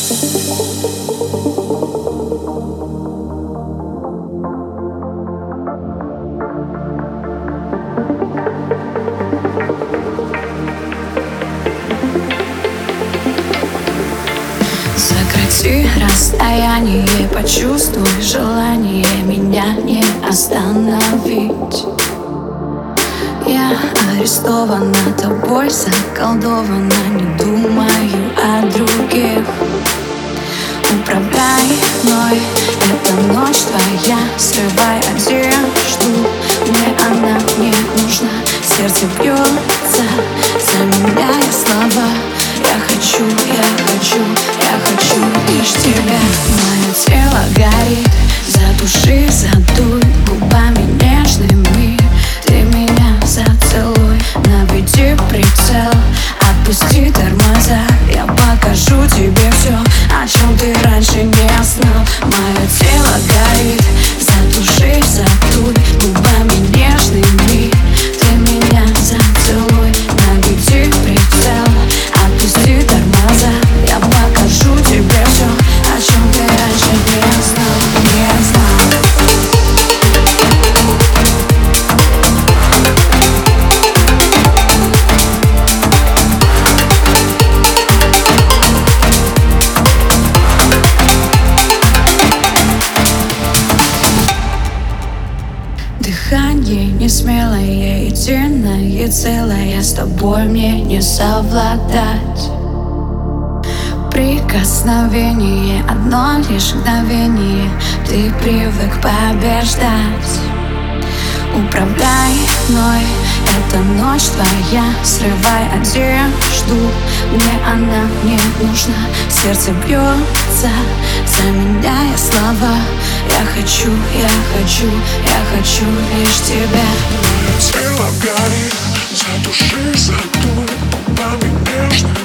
Сократи расстояние, почувствуй желание меня не остановить. Я арестована тобой, заколдована, не думаю о других. Управляй мной, это ночь твоя, срывай одежду. Мне она не нужна, сердце бьется, заменяя слова. Я хочу лишь тебя. Мое тело горит, задуши, задуй губами нежными. Ты меня зацелуй, наведи прицел, отпусти тормоза. Я покажу тебе все, о чем ты раньше не знал. Мое тело горит, задуши, задуй губами нежными. Ты меня зацелуй, наведи прицел, отпусти тормоза. Я покажу тебе все, о чем ты раньше не знал, не знал. Дыхание несмелое, единое целое, с тобой мне не совладать. Прикосновение, одно лишь мгновение, ты привык побеждать. Управляй мной, это ночь твоя, срывай одежду. Мне она не нужна, сердце бьется, заменяя слова. Я хочу лишь тебя. Мое тело горит, задуши, задуй губами нежными.